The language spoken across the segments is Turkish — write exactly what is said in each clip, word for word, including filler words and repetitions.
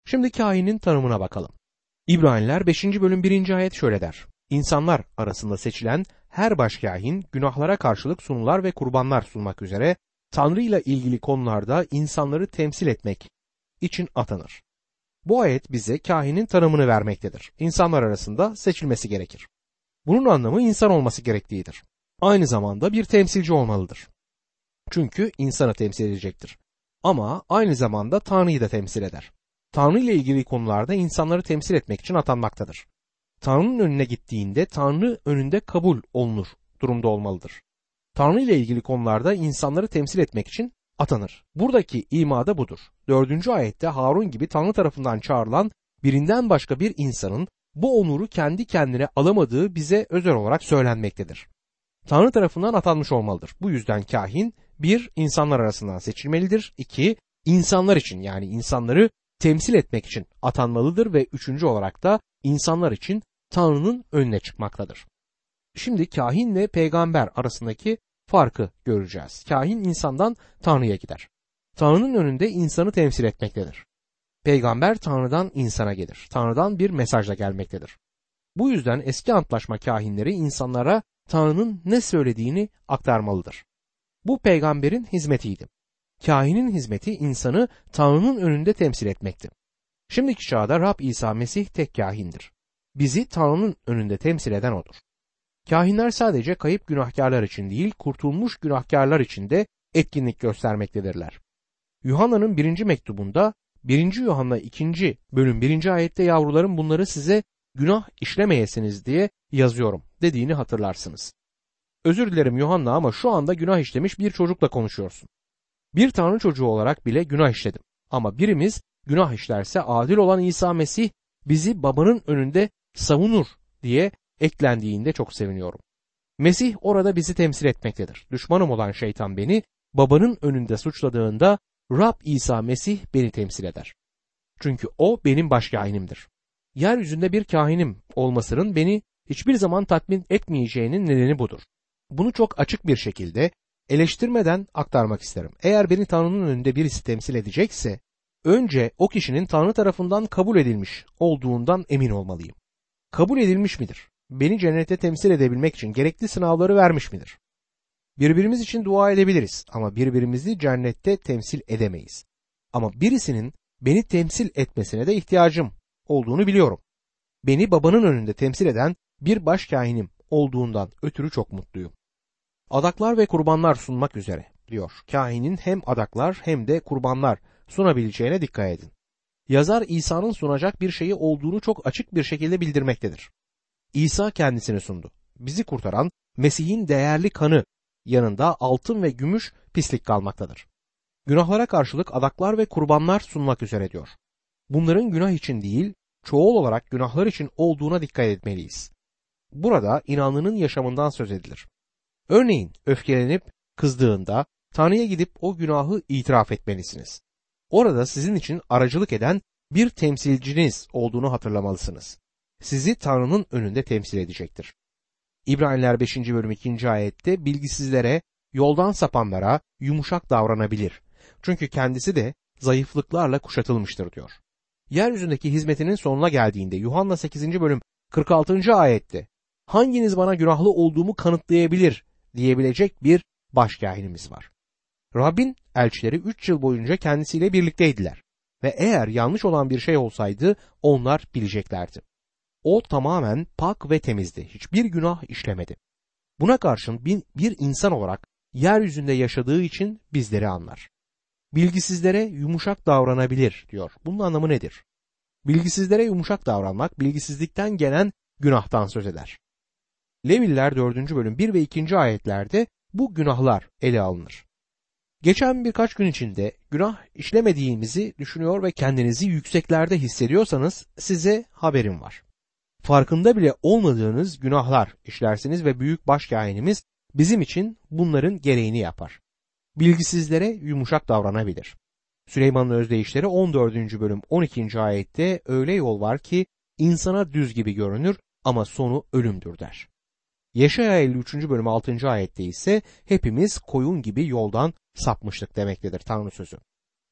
Şimdi kahinin tanımına bakalım. İbraniler beşinci bölüm birinci ayet şöyle der. İnsanlar arasında seçilen her başkâhin günahlara karşılık sunular ve kurbanlar sunmak üzere Tanrı ile ilgili konularda insanları temsil etmek için atanır. Bu ayet bize kahinin tanımını vermektedir. İnsanlar arasında seçilmesi gerekir. Bunun anlamı insan olması gerektiğidir. Aynı zamanda bir temsilci olmalıdır. Çünkü insanı temsil edecektir. Ama aynı zamanda Tanrı'yı da temsil eder. Tanrı ile ilgili konularda insanları temsil etmek için atanmaktadır. Tanrı'nın önüne gittiğinde Tanrı önünde kabul olunur durumda olmalıdır. Tanrı ile ilgili konularda insanları temsil etmek için atanır. Buradaki ima da budur. Dördüncü ayette Harun gibi Tanrı tarafından çağrılan birinden başka bir insanın bu onuru kendi kendine alamadığı bize özel olarak söylenmektedir. Tanrı tarafından atanmış olmalıdır. Bu yüzden kahin bir, insanlar arasından seçilmelidir. İki, insanlar için yani insanları temsil etmek için atanmalıdır ve üçüncü olarak da insanlar için Tanrı'nın önüne çıkmaktadır. Şimdi kahin ve peygamber arasındaki farkı göreceğiz. Kahin insandan Tanrı'ya gider. Tanrı'nın önünde insanı temsil etmektedir. Peygamber Tanrı'dan insana gelir. Tanrı'dan bir mesajla gelmektedir. Bu yüzden eski antlaşma kahinleri insanlara Tanrı'nın ne söylediğini aktarmalıdır. Bu peygamberin hizmetiydi. Kahinin hizmeti insanı Tanrı'nın önünde temsil etmekti. Şimdiki çağda Rab İsa Mesih tek kahindir. Bizi Tanrı'nın önünde temsil eden odur. Kahinler sadece kayıp günahkarlar için değil, kurtulmuş günahkarlar için de etkinlik göstermektedirler. Yuhanna'nın birinci mektubunda birinci Yuhanna ikinci bölüm birinci ayette yavrularım bunları size günah işlemeyesiniz diye yazıyorum dediğini hatırlarsınız. Özür dilerim Yuhanna ama şu anda günah işlemiş bir çocukla konuşuyorsun. Bir Tanrı çocuğu olarak bile günah işledim. Ama birimiz günah işlerse adil olan İsa Mesih bizi babanın önünde savunur diye eklendiğinde çok seviniyorum. Mesih orada bizi temsil etmektedir. Düşmanım olan şeytan beni babanın önünde suçladığında Rab İsa Mesih beni temsil eder. Çünkü o benim başkâhinimdir. Yeryüzünde bir kahinim olmasının beni hiçbir zaman tatmin etmeyeceğinin nedeni budur. Bunu çok açık bir şekilde eleştirmeden aktarmak isterim. Eğer beni Tanrı'nın önünde birisi temsil edecekse önce o kişinin Tanrı tarafından kabul edilmiş olduğundan emin olmalıyım. Kabul edilmiş midir? Beni cennete temsil edebilmek için gerekli sınavları vermiş midir? Birbirimiz için dua edebiliriz ama birbirimizi cennette temsil edemeyiz. Ama birisinin beni temsil etmesine de ihtiyacım olduğunu biliyorum. Beni babanın önünde temsil eden bir başkâhinim olduğundan ötürü çok mutluyum. Adaklar ve kurbanlar sunmak üzere diyor. Kahinin hem adaklar hem de kurbanlar sunabileceğine dikkat edin. Yazar İsa'nın sunacak bir şeyi olduğunu çok açık bir şekilde bildirmektedir. İsa kendisini sundu. Bizi kurtaran Mesih'in değerli kanı yanında altın ve gümüş pislik kalmaktadır. Günahlara karşılık adaklar ve kurbanlar sunmak üzere diyor. Bunların günah için değil, çoğul olarak günahlar için olduğuna dikkat etmeliyiz. Burada inanlının yaşamından söz edilir. Örneğin öfkelenip kızdığında Tanrı'ya gidip o günahı itiraf etmelisiniz. Orada sizin için aracılık eden bir temsilciniz olduğunu hatırlamalısınız. Sizi Tanrı'nın önünde temsil edecektir. İbraniler beşinci bölüm ikinci ayette bilgisizlere, yoldan sapanlara yumuşak davranabilir. Çünkü kendisi de zayıflıklarla kuşatılmıştır diyor. Yeryüzündeki hizmetinin sonuna geldiğinde Yuhanna sekizinci bölüm kırk altıncı ayette hanginiz bana günahlı olduğumu kanıtlayabilir diyebilecek bir başkâhinimiz var. Rabbin elçileri üç yıl boyunca kendisiyle birlikteydiler ve eğer yanlış olan bir şey olsaydı onlar bileceklerdi. O tamamen pak ve temizdi. Hiçbir günah işlemedi. Buna karşın bir, bir insan olarak yeryüzünde yaşadığı için bizleri anlar. Bilgisizlere yumuşak davranabilir diyor. Bunun anlamı nedir? Bilgisizlere yumuşak davranmak bilgisizlikten gelen günahtan söz eder. Levililer dördüncü bölüm bir ve ikinci ayetlerde bu günahlar ele alınır. Geçen birkaç gün içinde günah işlemediğimizi düşünüyor ve kendinizi yükseklerde hissediyorsanız size haberim var. Farkında bile olmadığınız günahlar işlersiniz ve büyük başkâhinimiz bizim için bunların gereğini yapar. Bilgisizlere yumuşak davranabilir. Süleyman'ın özdeyişleri on dördüncü bölüm on ikinci ayette öyle yol var ki insana düz gibi görünür ama sonu ölümdür der. Yeşaya elli üçüncü bölüm altıncı ayette ise hepimiz koyun gibi yoldan sapmıştık demektedir Tanrı sözü.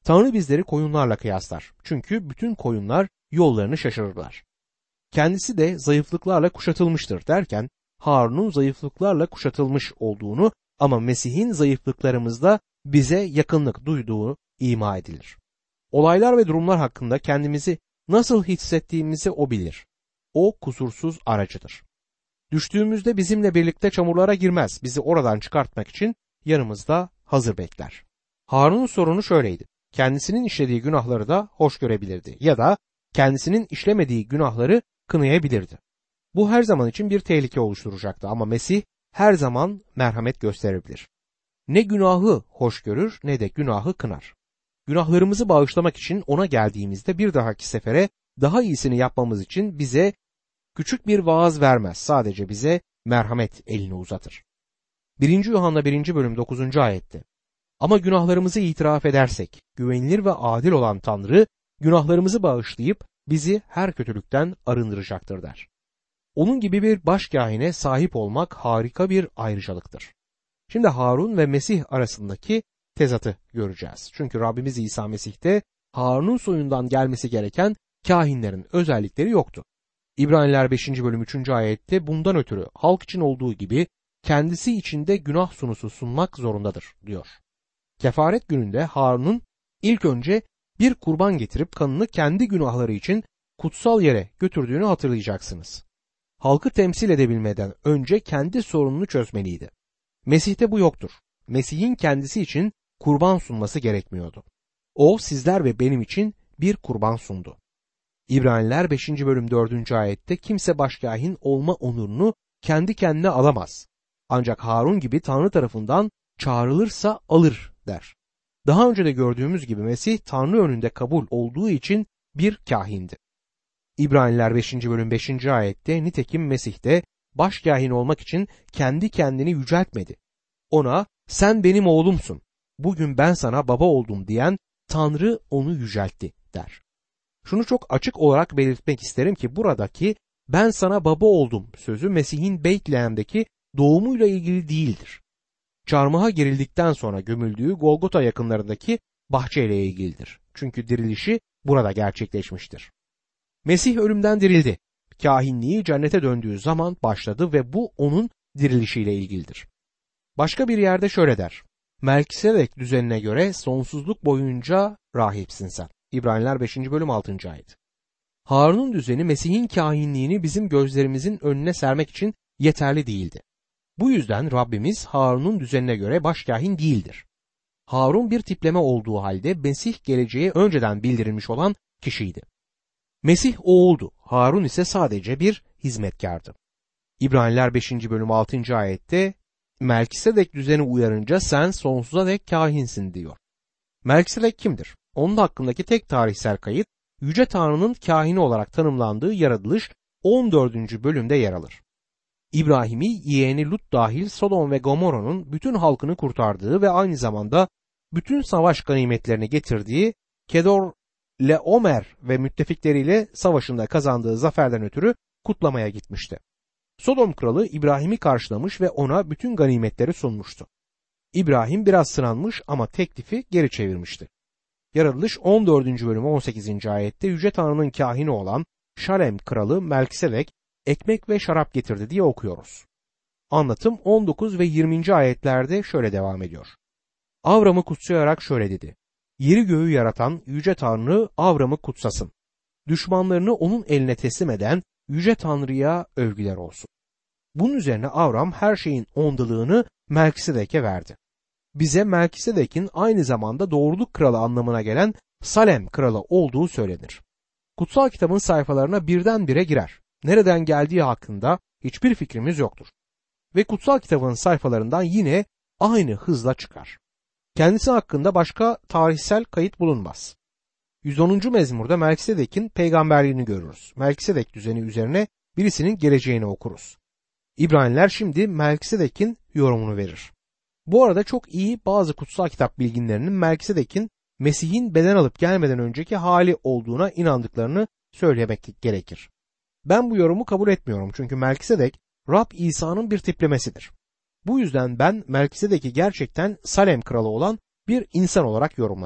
Tanrı bizleri koyunlarla kıyaslar. Çünkü bütün koyunlar yollarını şaşırırlar. Kendisi de zayıflıklarla kuşatılmıştır derken Harun'un zayıflıklarla kuşatılmış olduğunu ama Mesih'in zayıflıklarımızda bize yakınlık duyduğu ima edilir. Olaylar ve durumlar hakkında kendimizi nasıl hissettiğimizi o bilir. O kusursuz aracıdır. Düştüğümüzde bizimle birlikte çamurlara girmez. Bizi oradan çıkartmak için yanımızda hazır bekler. Harun'un sorunu şöyleydi. Kendisinin işlediği günahları da hoş görebilirdi ya da kendisinin işlemediği günahları kınayabilirdi. Bu her zaman için bir tehlike oluşturacaktı ama Mesih her zaman merhamet gösterebilir. Ne günahı hoş görür ne de günahı kınar. Günahlarımızı bağışlamak için ona geldiğimizde bir dahaki sefere daha iyisini yapmamız için bize küçük bir vaaz vermez. Sadece bize merhamet elini uzatır. birinci. Yuhanna birinci bölüm dokuzuncu ayette. Ama günahlarımızı itiraf edersek, güvenilir ve adil olan Tanrı günahlarımızı bağışlayıp bizi her kötülükten arındıracaktır der. Onun gibi bir başkâhine sahip olmak harika bir ayrıcalıktır. Şimdi Harun ve Mesih arasındaki tezatı göreceğiz. Çünkü Rabbimiz İsa Mesih'te Harun'un soyundan gelmesi gereken kâhinlerin özellikleri yoktu. İbraniler beşinci bölüm üçüncü ayette bundan ötürü halk için olduğu gibi kendisi için de günah sunusu sunmak zorundadır diyor. Kefaret gününde Harun'un ilk önce bir kurban getirip kanını kendi günahları için kutsal yere götürdüğünü hatırlayacaksınız. Halkı temsil edebilmeden önce kendi sorununu çözmeliydi. Mesih'te bu yoktur. Mesih'in kendisi için kurban sunması gerekmiyordu. O sizler ve benim için bir kurban sundu. İbraniler beşinci bölüm dördüncü ayette kimse başkâhin olma onurunu kendi kendine alamaz. Ancak Harun gibi Tanrı tarafından çağrılırsa alır der. Daha önce de gördüğümüz gibi Mesih Tanrı önünde kabul olduğu için bir kâhindi. İbraniler beşinci bölüm beşinci ayette nitekim Mesih de başkâhin olmak için kendi kendini yüceltmedi. Ona sen benim oğlumsun, bugün ben sana baba oldum diyen Tanrı onu yüceltti der. Şunu çok açık olarak belirtmek isterim ki buradaki ben sana baba oldum sözü Mesih'in Beytlehem'deki doğumuyla ilgili değildir. Çarmıha gerildikten sonra gömüldüğü Golgota yakınlarındaki bahçeyle ilgilidir. Çünkü dirilişi burada gerçekleşmiştir. Mesih ölümden dirildi. Kâhinliği cennete döndüğü zaman başladı ve bu onun dirilişiyle ilgilidir. Başka bir yerde şöyle der. Melkisedek düzenine göre sonsuzluk boyunca rahipsin sen. İbraniler beşinci bölüm altıncı ayet. Harun'un düzeni Mesih'in kâhinliğini bizim gözlerimizin önüne sermek için yeterli değildi. Bu yüzden Rabbimiz Harun'un düzenine göre başkâhin değildir. Harun bir tipleme olduğu halde Mesih geleceğe önceden bildirilmiş olan kişiydi. Mesih oğuldu, Harun ise sadece bir hizmetkardı. İbraniler beşinci bölüm altıncı ayette Melkisedek düzeni uyarınca sen sonsuza dek kâhinsin diyor. Melkisedek kimdir? Onun hakkındaki tek tarihsel kayıt Yüce Tanrı'nın kâhini olarak tanımlandığı Yaratılış on dördüncü bölümde yer alır. İbrahim'i yeğeni Lut dahil Sodom ve Gomorra'nın bütün halkını kurtardığı ve aynı zamanda bütün savaş ganimetlerini getirdiği Kedor Leomer ve müttefikleriyle savaşında kazandığı zaferden ötürü kutlamaya gitmişti. Sodom kralı İbrahim'i karşılamış ve ona bütün ganimetleri sunmuştu. İbrahim biraz sınanmış ama teklifi geri çevirmişti. Yaratılış on dördüncü bölüm on sekizinci ayette Yüce Tanrı'nın kâhini olan Şalem kralı Melkisedek ekmek ve şarap getirdi diye okuyoruz. Anlatım on dokuz ve yirminci ayetlerde şöyle devam ediyor. Avram'ı kutsayarak şöyle dedi. Yeri göğü yaratan Yüce Tanrı Avram'ı kutsasın. Düşmanlarını onun eline teslim eden Yüce Tanrı'ya övgüler olsun. Bunun üzerine Avram her şeyin ondalığını Melkisedek'e verdi. Bize Melkisedek'in aynı zamanda doğruluk kralı anlamına gelen Salem kralı olduğu söylenir. Kutsal kitabın sayfalarına birdenbire girer. Nereden geldiği hakkında hiçbir fikrimiz yoktur. Ve kutsal kitabın sayfalarından yine aynı hızla çıkar. Kendisi hakkında başka tarihsel kayıt bulunmaz. yüz onuncu mezmurda Melkisedek'in peygamberliğini görürüz. Melkisedek düzeni üzerine birisinin geleceğini okuruz. İbraniler şimdi Melkisedek'in yorumunu verir. Bu arada çok iyi bazı kutsal kitap bilginlerinin Melkisedek'in Mesih'in beden alıp gelmeden önceki hali olduğuna inandıklarını söylemek gerekir. Ben bu yorumu kabul etmiyorum çünkü Melkisedek Rab İsa'nın bir tiplemesidir. Bu yüzden ben Melkisedek'i gerçekten Salem kralı olan bir insan olarak yorumlarım.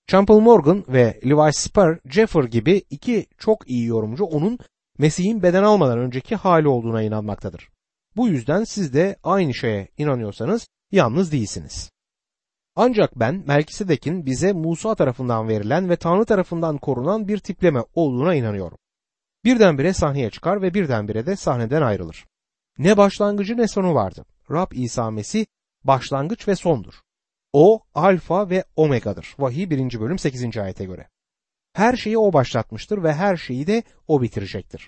Campbell Morgan ve Levi Spur Jeffer gibi iki çok iyi yorumcu onun Mesih'in beden almadan önceki hali olduğuna inanmaktadır. Bu yüzden siz de aynı şeye inanıyorsanız yalnız değilsiniz. Ancak ben Melkisedek'in bize Musa tarafından verilen ve Tanrı tarafından korunan bir tipleme olduğuna inanıyorum. Birdenbire sahneye çıkar ve birdenbire de sahneden ayrılır. Ne başlangıcı ne sonu vardı. Rab İsa Mesih başlangıç ve sondur. O alfa ve omega'dır. Vahiy birinci bölüm sekizinci ayete göre. Her şeyi o başlatmıştır ve her şeyi de o bitirecektir.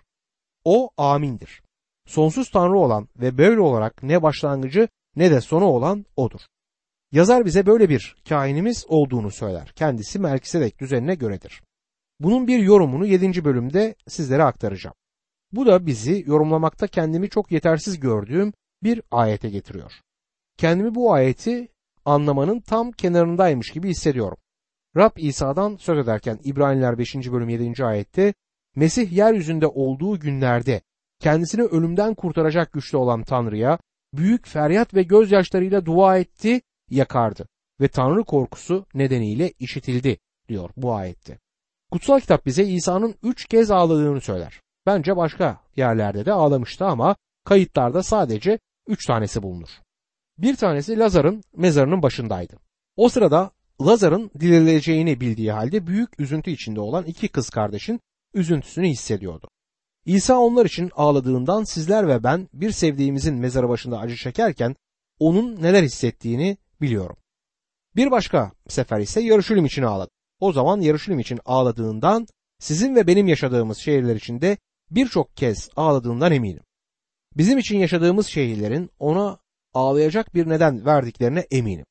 O amindir. Sonsuz Tanrı olan ve böyle olarak ne başlangıcı ne de sonu olan odur. Yazar bize böyle bir kainimiz olduğunu söyler. Kendisi Melkisedek düzenine göredir. Bunun bir yorumunu yedinci bölümde sizlere aktaracağım. Bu da bizi yorumlamakta kendimi çok yetersiz gördüğüm bir ayete getiriyor. Kendimi bu ayeti anlamanın tam kenarındaymış gibi hissediyorum. Rab İsa'dan söz ederken İbraniler beşinci bölüm yedinci ayette Mesih yeryüzünde olduğu günlerde kendisini ölümden kurtaracak güçte olan Tanrı'ya büyük feryat ve gözyaşlarıyla dua etti, yakardı ve Tanrı korkusu nedeniyle işitildi diyor bu ayette. Kutsal kitap bize İsa'nın üç kez ağladığını söyler. Bence başka yerlerde de ağlamıştı ama kayıtlarda sadece üç tanesi bulunur. Bir tanesi Lazar'ın mezarının başındaydı. O sırada Lazar'ın dirileceğini bildiği halde büyük üzüntü içinde olan iki kız kardeşin üzüntüsünü hissediyordu. İsa onlar için ağladığından sizler ve ben bir sevdiğimizin mezarı başında acı çekerken onun neler hissettiğini biliyorum. Bir başka sefer ise Yarışilim için ağladı. O zaman Yarışilim için ağladığından sizin ve benim yaşadığımız şehirler için de birçok kez ağladığından eminim. Bizim için yaşadığımız şehirlerin ona ağlayacak bir neden verdiklerine eminim.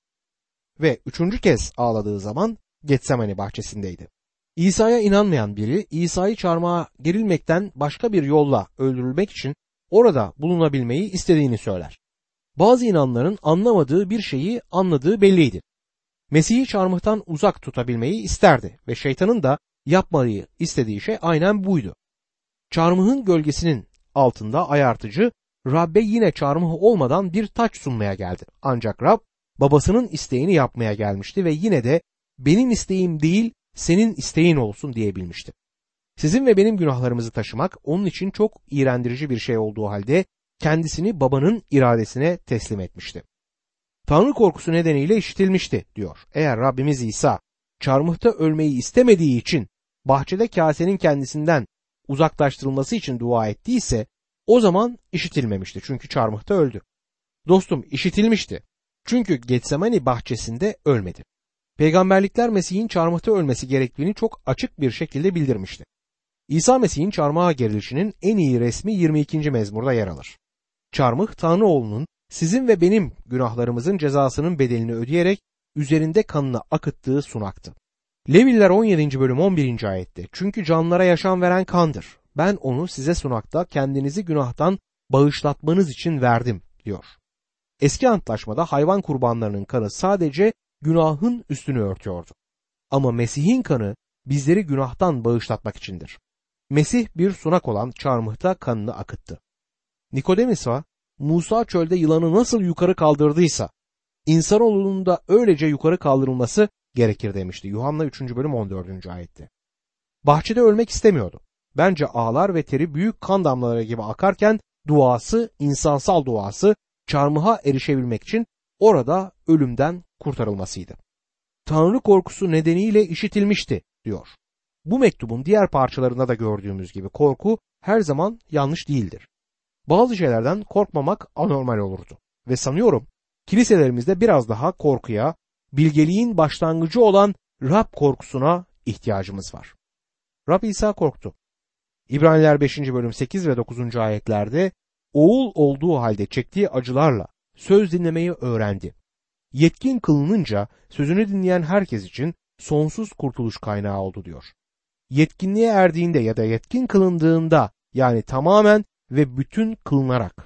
Ve üçüncü kez ağladığı zaman Getsemani bahçesindeydi. İsa'ya inanmayan biri İsa'yı çarmıha gerilmekten başka bir yolla öldürülmek için orada bulunabilmeyi istediğini söyler. Bazı inanların anlamadığı bir şeyi anladığı belliydi. Mesih'i çarmıhtan uzak tutabilmeyi isterdi ve şeytanın da yapmayı istediği şey aynen buydu. Çarmıhın gölgesinin altında ayartıcı Rab'be yine çarmıh olmadan bir taç sunmaya geldi. Ancak Rab babasının isteğini yapmaya gelmişti ve yine de benim isteğim değil senin isteğin olsun diyebilmişti. Sizin ve benim günahlarımızı taşımak onun için çok iğrendirici bir şey olduğu halde kendisini babanın iradesine teslim etmişti. Tanrı korkusu nedeniyle işitilmişti diyor. Eğer Rabbimiz İsa çarmıhta ölmeyi istemediği için bahçede kasenin kendisinden uzaklaştırılması için dua ettiyse o zaman işitilmemişti çünkü çarmıhta öldü. Dostum işitilmişti çünkü Getsemani bahçesinde ölmedi. Peygamberlikler Mesih'in çarmıhta ölmesi gerektiğini çok açık bir şekilde bildirmişti. İsa Mesih'in çarmıha gerilişinin en iyi resmi yirmi ikinci mezmurda yer alır. Çarmıh Tanrı oğlunun sizin ve benim günahlarımızın cezasının bedelini ödeyerek üzerinde kanını akıttığı sunaktı. Leviller on yedinci bölüm on birinci ayette çünkü canlara yaşam veren kandır. Ben onu size sunakta kendinizi günahtan bağışlatmanız için verdim diyor. Eski antlaşmada hayvan kurbanlarının kanı sadece günahın üstünü örtüyordu. Ama Mesih'in kanı bizleri günahtan bağışlatmak içindir. Mesih bir sunak olan çarmıhta kanını akıttı. Nikodemus'a Musa çölde yılanı nasıl yukarı kaldırdıysa insanoğlunun da öylece yukarı kaldırılması gerekir demişti. Yuhanna üçüncü bölüm on dördüncü ayette. Bahçede ölmek istemiyordu. Bence ağlar ve teri büyük kan damlaları gibi akarken duası, insansal duası çarmıha erişebilmek için orada ölümden kurtarılmasıydı. Tanrı korkusu nedeniyle işitilmişti diyor. Bu mektubun diğer parçalarında da gördüğümüz gibi korku her zaman yanlış değildir. Bazı şeylerden korkmamak anormal olurdu ve sanıyorum kiliselerimizde biraz daha korkuya, bilgeliğin başlangıcı olan Rab korkusuna ihtiyacımız var. Rab İsa korktu. İbraniler beşinci bölüm sekiz ve dokuzuncu ayetlerde oğul olduğu halde çektiği acılarla söz dinlemeyi öğrendi. Yetkin kılınınca sözünü dinleyen herkes için sonsuz kurtuluş kaynağı oldu diyor. Yetkinliğe erdiğinde ya da yetkin kılındığında yani tamamen ve bütün kılınarak.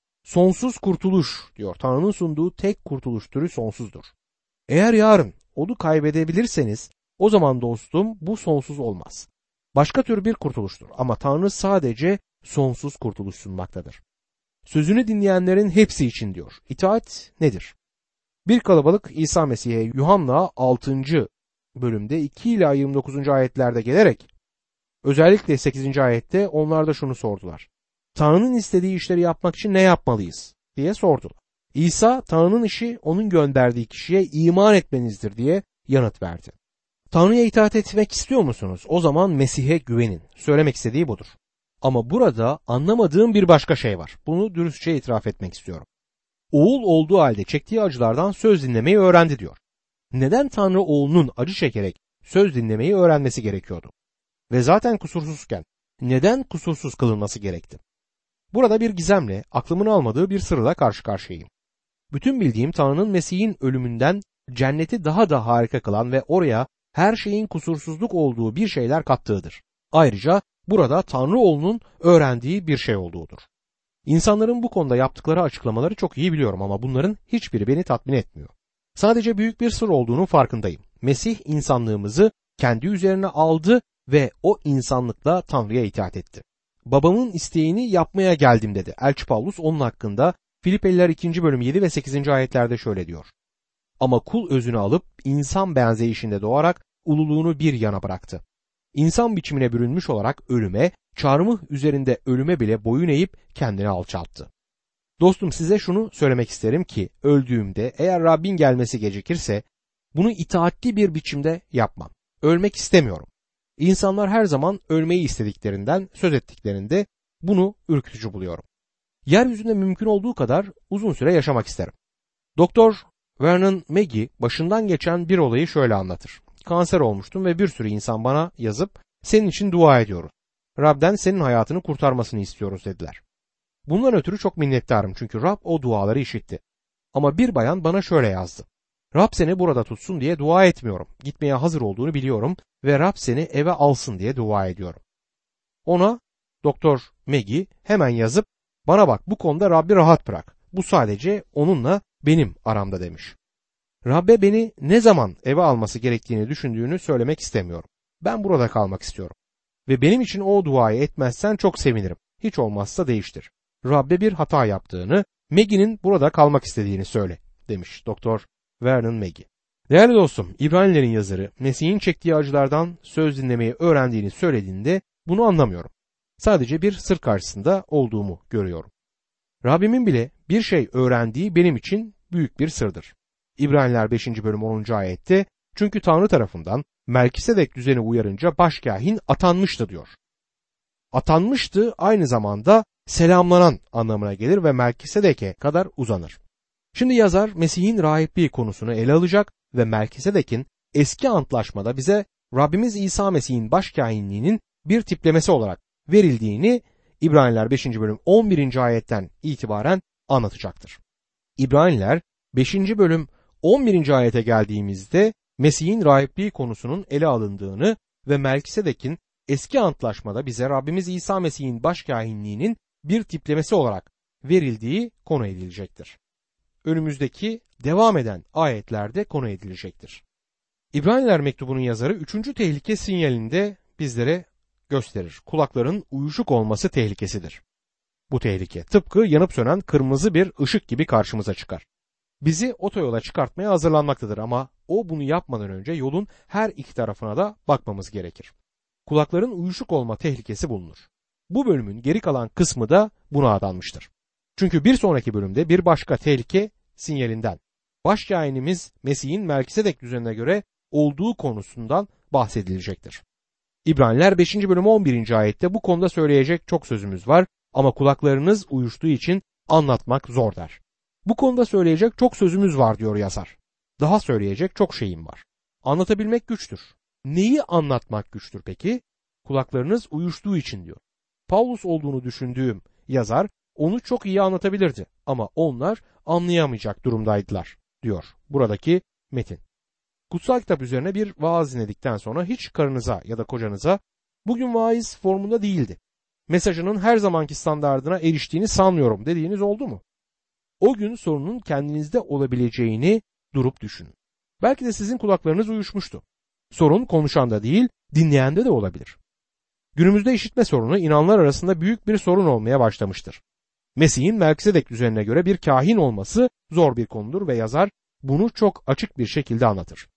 Sonsuz kurtuluş diyor. Tanrı'nın sunduğu tek kurtuluş türü sonsuzdur. Eğer yarın onu kaybedebilirseniz o zaman dostum bu sonsuz olmaz. Başka tür bir kurtuluştur ama Tanrı sadece sonsuz kurtuluş sunmaktadır. Sözünü dinleyenlerin hepsi için diyor. İtaat nedir? Bir kalabalık İsa Mesih'e Yuhanna altıncı bölümde iki ila yirmi dokuzuncu ayetlerde gelerek özellikle sekizinci ayette onlar da şunu sordular. Tanrı'nın istediği işleri yapmak için ne yapmalıyız diye sordular. İsa Tanrı'nın işi onun gönderdiği kişiye iman etmenizdir diye yanıt verdi. Tanrı'ya itaat etmek istiyor musunuz? O zaman Mesih'e güvenin. Söylemek istediği budur. Ama burada anlamadığım bir başka şey var. Bunu dürüstçe itiraf etmek istiyorum. Oğul olduğu halde çektiği acılardan söz dinlemeyi öğrendi diyor. Neden Tanrı oğlunun acı çekerek söz dinlemeyi öğrenmesi gerekiyordu? Ve zaten kusursuzken neden kusursuz kılınması gerekti? Burada bir gizemle, aklımın almadığı bir sırla karşı karşıyayım. Bütün bildiğim Tanrı'nın Mesih'in ölümünden cenneti daha da harika kılan ve oraya her şeyin kusursuzluk olduğu bir şeyler kattığıdır. Ayrıca burada Tanrı oğlunun öğrendiği bir şey olduğudur. İnsanların bu konuda yaptıkları açıklamaları çok iyi biliyorum ama bunların hiçbiri beni tatmin etmiyor. Sadece büyük bir sır olduğunun farkındayım. Mesih insanlığımızı kendi üzerine aldı ve o insanlıkla Tanrı'ya itaat etti. Babamın isteğini yapmaya geldim dedi. Elçi Pavlus onun hakkında Filipeliler ikinci bölüm yedi ve sekizinci ayetlerde şöyle diyor. Ama kul özünü alıp insan benzeyişinde doğarak ululuğunu bir yana bıraktı. İnsan biçimine bürünmüş olarak ölüme, çarmıh üzerinde ölüme bile boyun eğip kendini alçalttı. Dostum size şunu söylemek isterim ki öldüğümde eğer Rabbin gelmesi gecikirse bunu itaatli bir biçimde yapmam. Ölmek istemiyorum. İnsanlar her zaman ölmeyi istediklerinden söz ettiklerinde bunu ürkütücü buluyorum. Yeryüzünde mümkün olduğu kadar uzun süre yaşamak isterim. Doktor Vernon McGee başından geçen bir olayı şöyle anlatır. Kanser olmuştum ve bir sürü insan bana yazıp senin için dua ediyoruz. Rab'den senin hayatını kurtarmasını istiyoruz dediler. Bundan ötürü çok minnettarım çünkü Rab o duaları işitti. Ama bir bayan bana şöyle yazdı. Rab seni burada tutsun diye dua etmiyorum. Gitmeye hazır olduğunu biliyorum ve Rab seni eve alsın diye dua ediyorum. Ona Doktor McGee hemen yazıp bana bak bu konuda Rabbi rahat bırak. Bu sadece onunla benim aramda demiş. Rabbe beni ne zaman eve alması gerektiğini düşündüğünü söylemek istemiyorum. Ben burada kalmak istiyorum. Ve benim için o duayı etmezsen çok sevinirim. Hiç olmazsa değiştir. Rabbe bir hata yaptığını, Maggie'nin burada kalmak istediğini söyle demiş Doktor Vernon McGee. Değerli dostum, İbranilerin yazarı Mesih'in çektiği acılardan söz dinlemeyi öğrendiğini söylediğinde bunu anlamıyorum. Sadece bir sır karşısında olduğumu görüyorum. Rabbimin bile bir şey öğrendiği benim için büyük bir sırdır. İbraniler beşinci bölüm onuncu ayette çünkü Tanrı tarafından Melkisedek düzeni uyarınca başkâhin atanmıştı diyor. Atanmıştı aynı zamanda selamlanan anlamına gelir ve Melkisedek'e kadar uzanır. Şimdi yazar Mesih'in rahipliği konusunu ele alacak ve Melkisedek'in eski antlaşmada bize Rabbimiz İsa Mesih'in başkâhinliğinin bir tiplemesi olarak verildiğini İbraniler beşinci bölüm on birinci ayetten itibaren anlatacaktır. İbraniler beşinci bölüm on birinci ayete geldiğimizde Mesih'in rahipliği konusunun ele alındığını ve Melkisedek'in eski antlaşmada bize Rabbimiz İsa Mesih'in başkâhinliğinin bir tiplemesi olarak verildiği konu edilecektir. Önümüzdeki devam eden ayetlerde konu edilecektir. İbraniler mektubunun yazarı üçüncü tehlike sinyalinde bizlere gösterir. Kulakların uyuşuk olması tehlikesidir. Bu tehlike tıpkı yanıp sönen kırmızı bir ışık gibi karşımıza çıkar. Bizi otoyola çıkartmaya hazırlanmaktadır ama o bunu yapmadan önce yolun her iki tarafına da bakmamız gerekir. Kulakların uyuşuk olma tehlikesi bulunur. Bu bölümün geri kalan kısmı da buna adanmıştır. Çünkü bir sonraki bölümde bir başka tehlike sinyalinden, başkâhinimiz Mesih'in Melkisedek düzenine göre olduğu konusundan bahsedilecektir. İbraniler beşinci bölüm on birinci ayette bu konuda söyleyecek çok sözümüz var ama kulaklarınız uyuştuğu için anlatmak zor der. Bu konuda söyleyecek çok sözümüz var diyor yazar. Daha söyleyecek çok şeyim var. Anlatabilmek güçtür. Neyi anlatmak güçtür peki? Kulaklarınız uyuştuğu için diyor. Pavlus olduğunu düşündüğüm yazar onu çok iyi anlatabilirdi ama onlar anlayamayacak durumdaydılar diyor buradaki metin. Kutsal kitap üzerine bir vaaz dinledikten sonra hiç karınıza ya da kocanıza bugün vaiz formunda değildi. Mesajının her zamanki standardına eriştiğini sanmıyorum dediğiniz oldu mu? O gün sorunun kendinizde olabileceğini durup düşünün. Belki de sizin kulaklarınız uyuşmuştu. Sorun konuşanda değil, dinleyende de olabilir. Günümüzde işitme sorunu inanlar arasında büyük bir sorun olmaya başlamıştır. Mesih'in Melkisedek düzenine göre bir kahin olması zor bir konudur ve yazar bunu çok açık bir şekilde anlatır.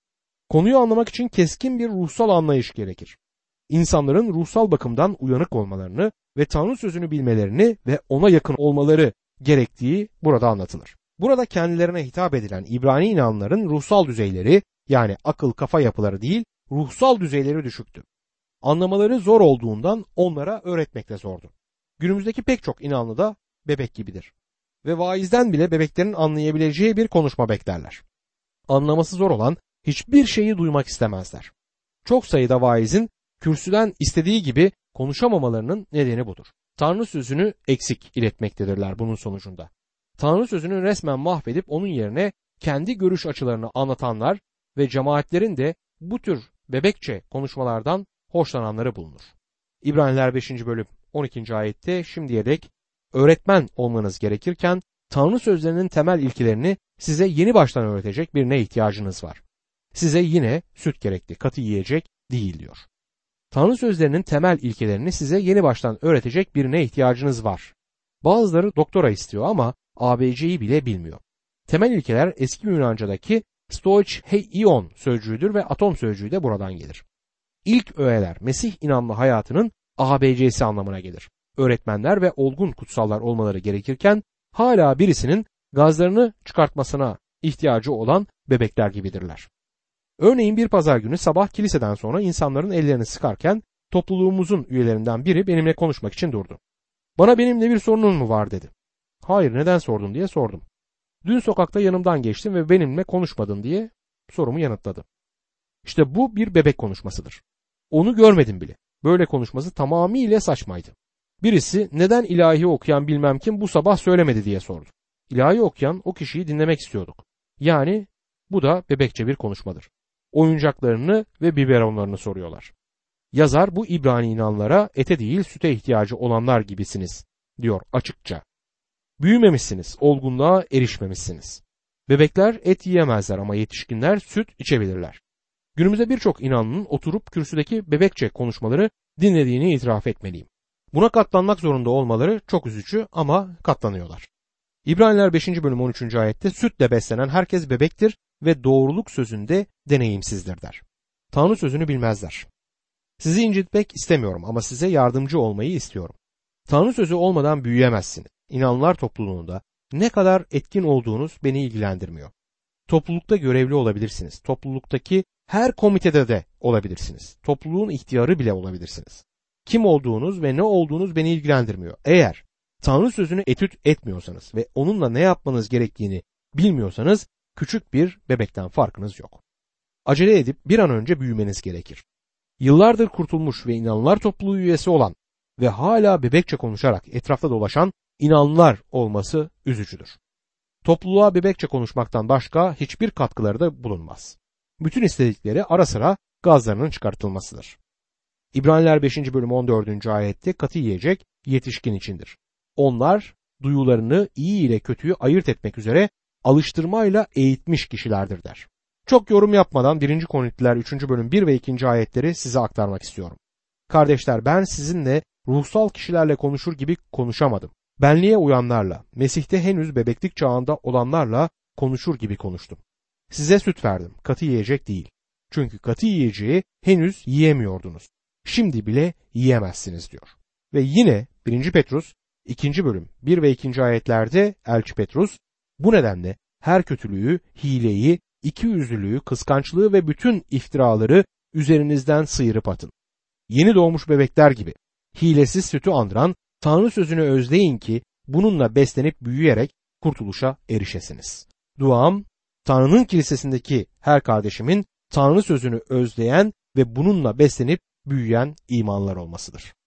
Konuyu anlamak için keskin bir ruhsal anlayış gerekir. İnsanların ruhsal bakımdan uyanık olmalarını ve Tanrı sözünü bilmelerini ve ona yakın olmaları gerektiği burada anlatılır. Burada kendilerine hitap edilen İbrani inananların ruhsal düzeyleri, yani akıl kafa yapıları değil, ruhsal düzeyleri düşüktü. Anlamaları zor olduğundan onlara öğretmek de zordu. Günümüzdeki pek çok inanlı da bebek gibidir. Ve vaizden bile bebeklerin anlayabileceği bir konuşma beklerler. Anlaması zor olan hiçbir şeyi duymak istemezler. Çok sayıda vaizin kürsüden istediği gibi konuşamamalarının nedeni budur. Tanrı sözünü eksik iletmektedirler bunun sonucunda. Tanrı sözünü resmen mahvedip onun yerine kendi görüş açılarını anlatanlar ve cemaatlerin de bu tür bebekçe konuşmalardan hoşlananları bulunur. İbraniler beşinci bölüm on ikinci ayette şimdiye dek öğretmen olmanız gerekirken Tanrı sözlerinin temel ilkelerini size yeni baştan öğretecek birine ihtiyacınız var. Size yine süt gerekli, katı yiyecek değil diyor. Tanrı sözlerinin temel ilkelerini size yeni baştan öğretecek birine ihtiyacınız var. Bazıları doktora istiyor ama A B C'yi bile bilmiyor. Temel ilkeler eski Yunanca'daki stoicheion sözcüğüdür ve atom sözcüğü de buradan gelir. İlk öğeler Mesih inanma hayatının A B C'si anlamına gelir. Öğretmenler ve olgun kutsallar olmaları gerekirken hala birisinin gazlarını çıkartmasına ihtiyacı olan bebekler gibidirler. Örneğin bir pazar günü sabah kiliseden sonra insanların ellerini sıkarken topluluğumuzun üyelerinden biri benimle konuşmak için durdu. Bana benimle bir sorunun mu var dedi. Hayır, neden sordun diye sordum. Dün sokakta yanımdan geçtin ve benimle konuşmadın diye sorumu yanıtladı. İşte bu bir bebek konuşmasıdır. Onu görmedim bile. Böyle konuşması tamamıyla saçmaydı. Birisi neden ilahi okuyan bilmem kim bu sabah söylemedi diye sordu. İlahi okuyan o kişiyi dinlemek istiyorduk. Yani bu da bebekçe bir konuşmadır. Oyuncaklarını ve biberonlarını soruyorlar. Yazar bu İbrani inanlara ete değil süte ihtiyacı olanlar gibisiniz diyor açıkça. Büyümemişsiniz, olgunluğa erişmemişsiniz. Bebekler et yiyemezler ama yetişkinler süt içebilirler. Günümüzde birçok inanlının oturup kürsüdeki bebekçe konuşmaları dinlediğini itiraf etmeliyim. Buna katlanmak zorunda olmaları çok üzücü ama katlanıyorlar. İbraniler beşinci bölüm on üçüncü ayette sütle beslenen herkes bebektir ve doğruluk sözünde deneyimsizdir der. Tanrı sözünü bilmezler. Sizi incitmek istemiyorum ama size yardımcı olmayı istiyorum. Tanrı sözü olmadan büyüyemezsiniz. İnanlılar topluluğunda ne kadar etkin olduğunuz beni ilgilendirmiyor. Toplulukta görevli olabilirsiniz. Topluluktaki her komitede de olabilirsiniz. Topluluğun ihtiyarı bile olabilirsiniz. Kim olduğunuz ve ne olduğunuz beni ilgilendirmiyor. Eğer Tanrı sözünü etüt etmiyorsanız ve onunla ne yapmanız gerektiğini bilmiyorsanız küçük bir bebekten farkınız yok. Acele edip bir an önce büyümeniz gerekir. Yıllardır kurtulmuş ve inanlılar topluluğu üyesi olan ve hala bebekçe konuşarak etrafta dolaşan inanlılar olması üzücüdür. Topluluğa bebekçe konuşmaktan başka hiçbir katkıları da bulunmaz. Bütün istedikleri ara sıra gazlarının çıkartılmasıdır. İbraniler beşinci bölüm on dördüncü ayette katı yiyecek yetişkin içindir. Onlar duyularını iyi ile kötüyü ayırt etmek üzere alıştırmayla eğitmiş kişilerdir der. Çok yorum yapmadan birinci Korintiler üçüncü bölüm bir ve ikinci ayetleri size aktarmak istiyorum. Kardeşler, ben sizinle ruhsal kişilerle konuşur gibi konuşamadım. Benliğe uyanlarla, Mesih'te henüz bebeklik çağında olanlarla konuşur gibi konuştum. Size süt verdim, katı yiyecek değil. Çünkü katı yiyeceği henüz yiyemiyordunuz. Şimdi bile yiyemezsiniz diyor. Ve yine birinci Petrus ikinci bölüm bir ve ikinci ayetlerde elçi Petrus bu nedenle her kötülüğü, hileyi, ikiyüzlülüğü, kıskançlığı ve bütün iftiraları üzerinizden sıyırıp atın. Yeni doğmuş bebekler gibi hilesiz sütü andıran Tanrı sözünü özleyin ki bununla beslenip büyüyerek kurtuluşa erişesiniz. Duam, Tanrı'nın kilisesindeki her kardeşimin Tanrı sözünü özleyen ve bununla beslenip büyüyen imanlar olmasıdır.